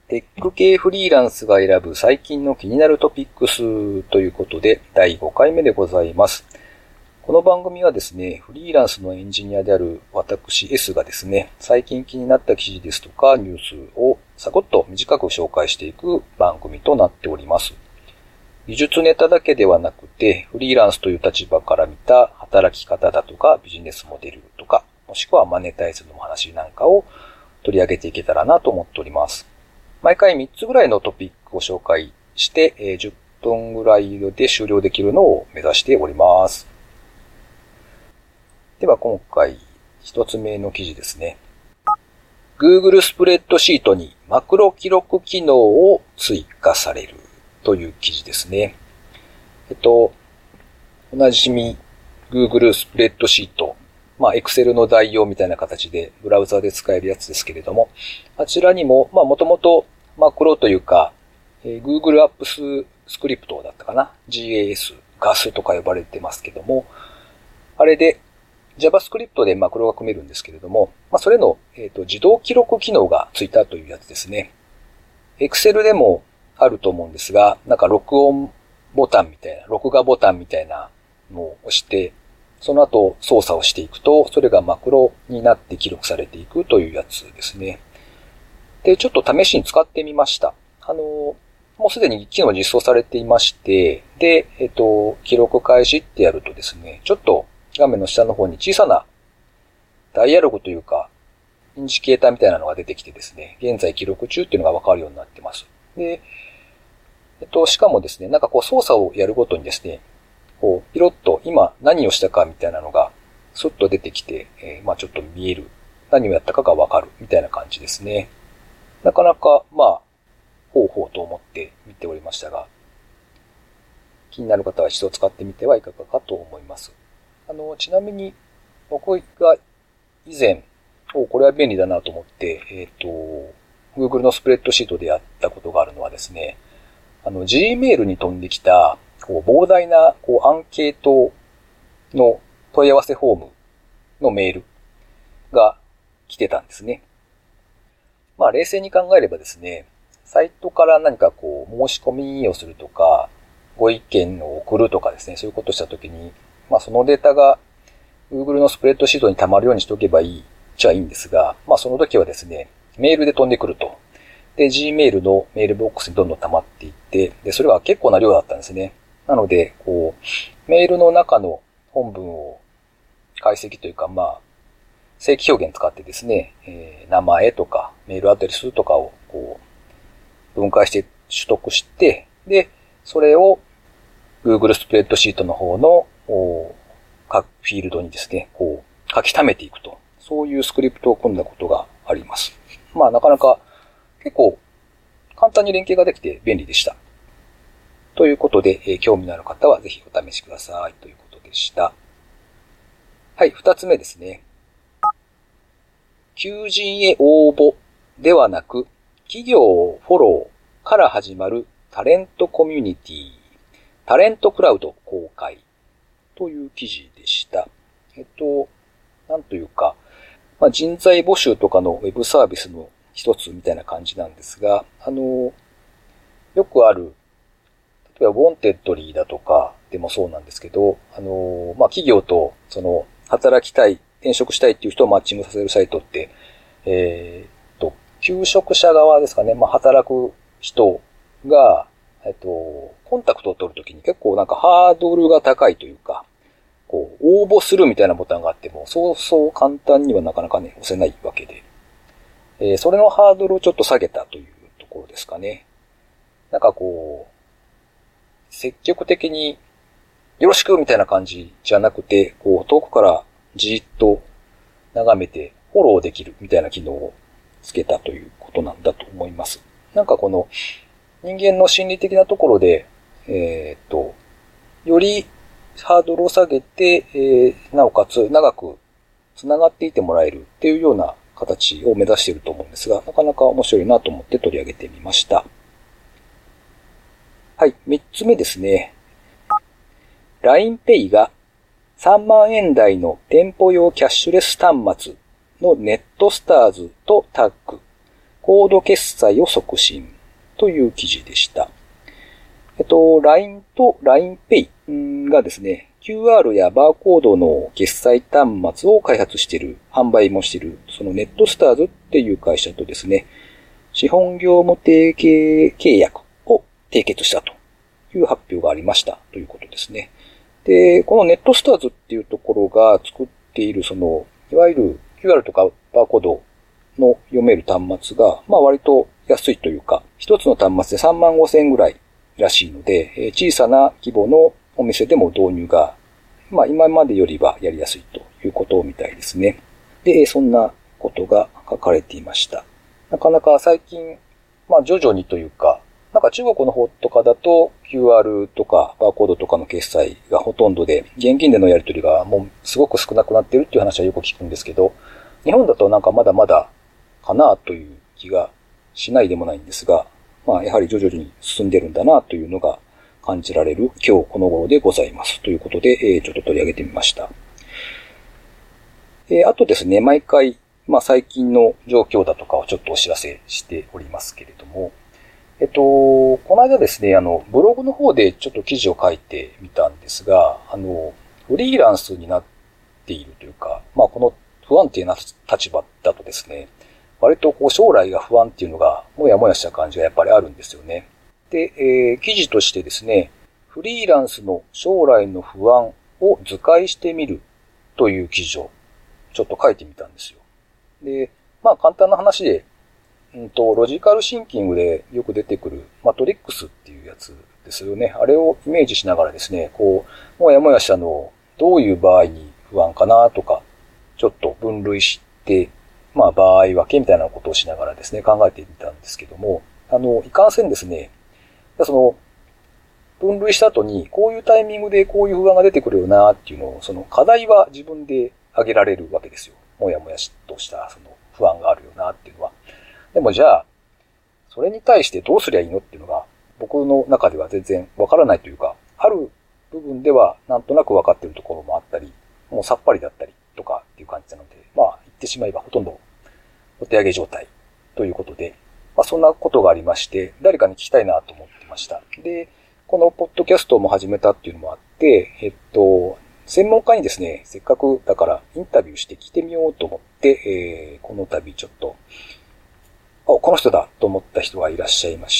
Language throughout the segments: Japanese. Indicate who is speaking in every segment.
Speaker 1: テック系フリーランスが選ぶ最近の気になるトピックスということで第5回目でございます。この番組はですね、フリーランスのエンジニアである私 S がですね、最近気になった記事ですとかニュースをサクッと短く紹介していく番組となっております。技術ネタだけではなくて、フリーランスという立場から見た働き方だとかビジネスモデルとか、もしくはマネタイズの話なんかを取り上げていけたらなと思っております。毎回3つぐらいのトピックを紹介して、10分ぐらいで終了できるのを目指しております。では今回1つ目の記事ですね。Google スプレッドシートにマクロ記録機能を追加されるという記事ですね。おなじみ Google スプレッドシート。Excel の代用みたいな形でブラウザで使えるやつですけれども、あちらにも、もともとマクロというか、Google Apps スクリプトだったかな ?GAS、GAS とか呼ばれてますけども、あれで JavaScript でマクロが組めるんですけれども、それの、自動記録機能がついたというやつですね。Excel でもあると思うんですが、なんか録音ボタンみたいな、録画ボタンみたいなのを押して、その後操作をしていくと、それがマクロになって記録されていくというやつですね。で、ちょっと試しに使ってみました。もうすでに機能実装されていまして、で、記録開始ってやるとですね、ちょっと画面の下の方に小さなダイアログというか、インジケーターみたいなのが出てきてですね、現在記録中っていうのがわかるようになってます。で、しかもですね、なんかこう操作をやるごとにですね、こう、ピロッと今何をしたかみたいなのがスッと出てきて、ちょっと見える。何をやったかがわかるみたいな感じですね。なかなか、ほうほうと思って見ておりましたが、気になる方は一度使ってみてはいかがかと思います。ちなみに、僕が以前、これは便利だなと思って、Google のスプレッドシートでやったことがあるのはですね、Gmail に飛んできた、膨大な、アンケートの問い合わせフォームのメールが来てたんですね。冷静に考えればですね、サイトから何か申し込みをするとか、ご意見を送るとかですね、そういうことをしたときに、そのデータが Google のスプレッドシートに溜まるようにしておけばいいじゃいいんですが、その時はですね、メールで飛んでくると。で、Gmail のメールボックスにどんどん溜まっていって、で、それは結構な量だったんですね。なので、メールの中の本文を解析というか、正規表現使ってですね、名前とかメールアドレスとかを分解して取得して、で、それを Google スプレッドシートの方の各フィールドにですね、書き溜めていくと。そういうスクリプトを組んだことがあります。なかなか結構簡単に連携ができて便利でした。ということで、興味のある方はぜひお試しくださいということでした。はい、二つ目ですね。求人へ応募ではなく、企業をフォローから始まるタレントコミュニティ、タレントクラウド公開という記事でした。なんというか、人材募集とかのウェブサービスの一つみたいな感じなんですが、よくある、例えばウォンテッドリーだとかでもそうなんですけど、企業と働きたい、転職したいっていう人をマッチングさせるサイトって、求職者側ですかね、働く人が、コンタクトを取るときに結構なんかハードルが高いというか、応募するみたいなボタンがあっても、そうそう簡単にはなかなかね、押せないわけで、それのハードルをちょっと下げたというところですかね。なんか積極的によろしくみたいな感じじゃなくて、遠くからじーっと眺めてフォローできるみたいな機能をつけたということなんだと思います。なんか人間の心理的なところで、よりハードルを下げて、なおかつ長く繋がっていてもらえるっていうような形を目指していると思うんですが、なかなか面白いなと思って取り上げてみました。はい、3つ目ですね。LINEPay が3万円台の店舗用キャッシュレス端末のネットスターズとタッグ。 コード決済を促進という記事でした。LINE と LINEPay がですね、QR やバーコードの決済端末を開発している、販売もしている、そのネットスターズっていう会社とですね、資本業務提携契約を締結したという発表がありましたということですね。で、このネットスターズっていうところが作っているいわゆる QR とかバーコードの読める端末が、割と安いというか、一つの端末で35,000円ぐらいらしいので、小さな規模のお店でも導入が、今までよりはやりやすいということみたいですね。で、そんなことが書かれていました。なかなか最近、徐々にというか、中国の方とかだと QR とかバーコードとかの決済がほとんどで、現金でのやり取りがもうすごく少なくなっているっていう話はよく聞くんですけど、日本だとまだまだかなという気がしないでもないんですが、やはり徐々に進んでるんだなというのが感じられる今日この頃でございます。ということで、ちょっと取り上げてみました。あとですね、毎回、最近の状況だとかをちょっとお知らせしておりますけれども、この間ですね、ブログの方でちょっと記事を書いてみたんですが、フリーランスになっているというか、この不安定な立場だとですね、割と将来が不安っていうのがもやもやした感じがやっぱりあるんですよね。で、記事としてですね、フリーランスの将来の不安を図解してみるという記事をちょっと書いてみたんですよ。で、簡単な話で、ロジカルシンキングでよく出てくるマトリックスっていうやつですよね。あれをイメージしながらですね、もやもやしたのをどういう場合に不安かなとか、ちょっと分類して、場合分けみたいなことをしながらですね、考えてみたんですけども、いかんせんですね、分類した後に、こういうタイミングでこういう不安が出てくるよなっていうのを、課題は自分で挙げられるわけですよ。もやもやとした不安があるよなっていうのは。でもじゃあ、それに対してどうすりゃいいのっていうのが、僕の中では全然わからないというか、ある部分ではなんとなくわかっているところもあったり、もうさっぱりだったりとかっていう感じなので、言ってしまえばほとんどお手上げ状態ということで、そんなことがありまして、誰かに聞きたいなと思ってました。で、このポッドキャストも始めたっていうのもあって、専門家にですね、せっかくだからインタビューして聞いてみようと思って、この度ちょっと、この人だと思った人がいらっしゃいまして、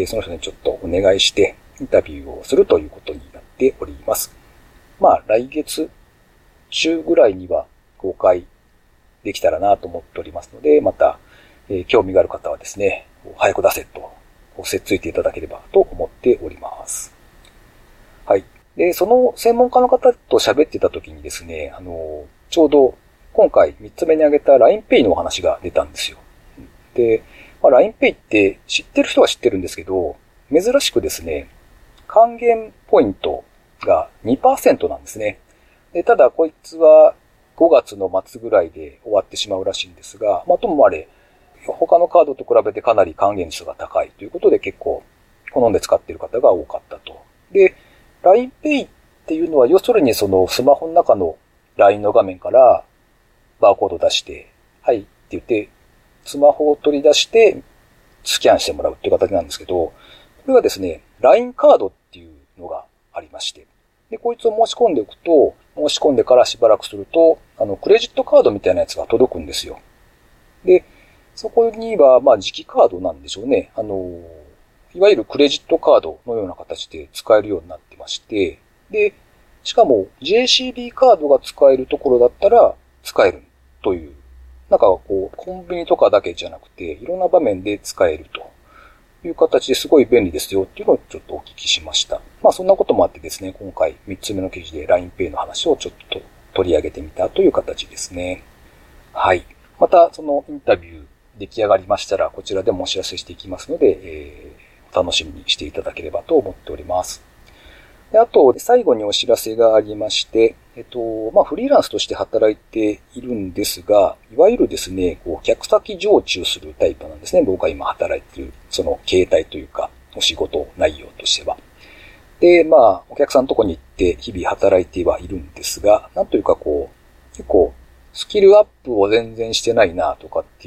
Speaker 1: その人にちょっとお願いしてインタビューをするということになっております。来月中ぐらいには公開できたらなと思っておりますので、また、興味がある方はですね、早く出せと、せっついていただければと思っております。はい。で、その専門家の方と喋ってた時にですね、ちょうど今回3つ目に挙げた LINEPay のお話が出たんですよ。で、LINEPay って知ってる人は知ってるんですけど、珍しくですね、還元ポイントが 2% なんですね。で、ただこいつは5月の末ぐらいで終わってしまうらしいんですが、ともあれ、他のカードと比べてかなり還元率が高いということで結構好んで使っている方が多かったと。で、LINEPay っていうのは要するにスマホの中の LINE の画面からバーコード出して、はいって言って、スマホを取り出してスキャンしてもらうっていう形なんですけど、これはですね、LINE カードっていうのがありまして、で、こいつを申し込んでおくと、申し込んでからしばらくすると、クレジットカードみたいなやつが届くんですよ。で、そこには、磁気カードなんでしょうね。いわゆるクレジットカードのような形で使えるようになってまして、で、しかも JCB カードが使えるところだったら使えるという、コンビニとかだけじゃなくて、いろんな場面で使えるという形ですごい便利ですよっていうのをちょっとお聞きしました。そんなこともあってですね、今回3つ目の記事で LINEPay の話をちょっと取り上げてみたという形ですね。はい。また、そのインタビュー出来上がりましたら、こちらでもお知らせしていきますので、お楽しみにしていただければと思っております。で、あと、最後にお知らせがありまして、フリーランスとして働いているんですが、いわゆるですね、客先常駐するタイプなんですね。僕が今働いている、その形態というか、お仕事内容としては。で、お客さんのとこに行って日々働いてはいるんですが、なんというか結構、スキルアップを全然してないなとかっていう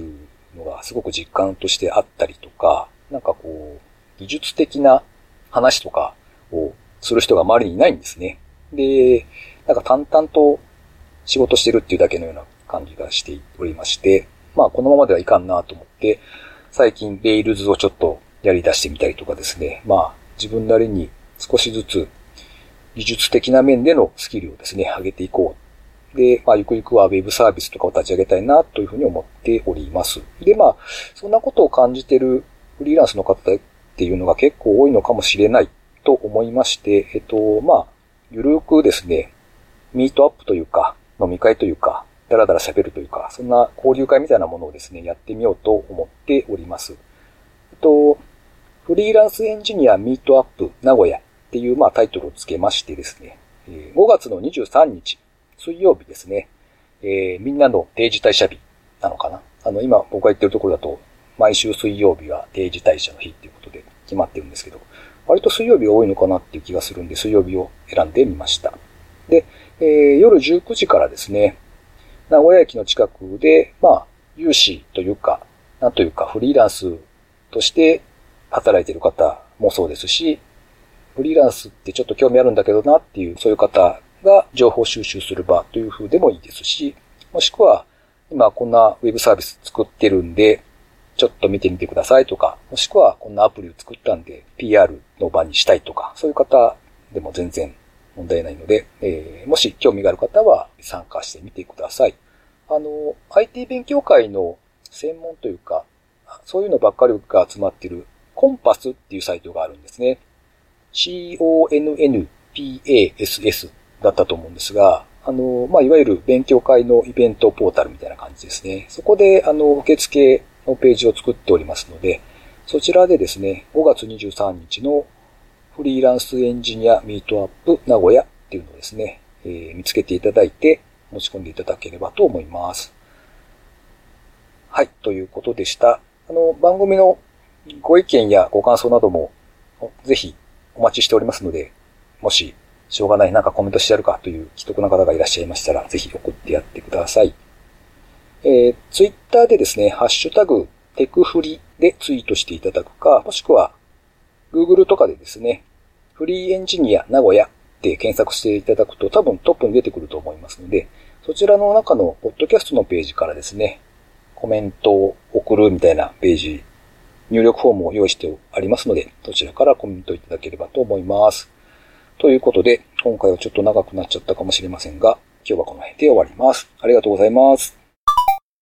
Speaker 1: のがすごく実感としてあったりとか、なんかこう、技術的な話とかをする人が周りにいないんですね。で、なんか淡々と仕事してるっていうだけのような感じがしておりまして、まあこのままではいかんなと思って、最近レイルズをちょっとやり出してみたりとかですね、まあ自分なりに少しずつ技術的な面でのスキルをですね、上げていこう。で、まあゆくゆくはウェブサービスとかを立ち上げたいなというふうに思っております。で、まあそんなことを感じているフリーランスの方っていうのが結構多いのかもしれないと思いまして、まあゆるくですね、ミートアップというか、飲み会というか、だらだら喋るというか、そんな交流会みたいなものをですね、やってみようと思っております。フリーランスエンジニアミートアップ名古屋っていうまあタイトルをつけましてですね、5月の23日、水曜日ですね、みんなの定時退社日なのかな。今僕が言ってるところだと、毎週水曜日は定時退社の日っていうことで決まってるんですけど、割と水曜日が多いのかなっていう気がするんで、水曜日を選んでみました。で、夜19時からですね、名古屋駅の近くで、まあ、有志というか、なんというか、フリーランスとして働いている方もそうですし、フリーランスってちょっと興味あるんだけどなっていう、そういう方が情報収集する場という風でもいいですし、もしくは、今こんなウェブサービス作ってるんで、ちょっと見てみてくださいとか、もしくはこんなアプリを作ったんで PR の場にしたいとか、そういう方でも全然問題ないので、もし興味がある方は参加してみてください。IT 勉強会の専門というか、そういうのばっかりが集まっているコンパスっていうサイトがあるんですね。CONNPASS だったと思うんですが、まあ、いわゆる勉強会のイベントポータルみたいな感じですね。そこで、受付のページを作っておりますので、そちらでですね、5月23日のフリーランスエンジニアミートアップ名古屋っていうのをですね、見つけていただいて持ち込んでいただければと思います。はい、ということでした。番組のご意見やご感想などもぜひお待ちしておりますので、もししょうがないなんかコメントしてやるかという既得な方がいらっしゃいましたら、ぜひ送ってやってください。ツイッターでですね、ハッシュタグテクフリでツイートしていただくか、もしくは Google とかでですね、フリーエンジニア名古屋って検索していただくと多分トップに出てくると思いますので、そちらの中のポッドキャストのページからですね、コメントを送るみたいなページ、入力フォームを用意してありますので、そちらからコメントいただければと思います。ということで、今回はちょっと長くなっちゃったかもしれませんが、今日はこの辺で終わります。ありがとうございます。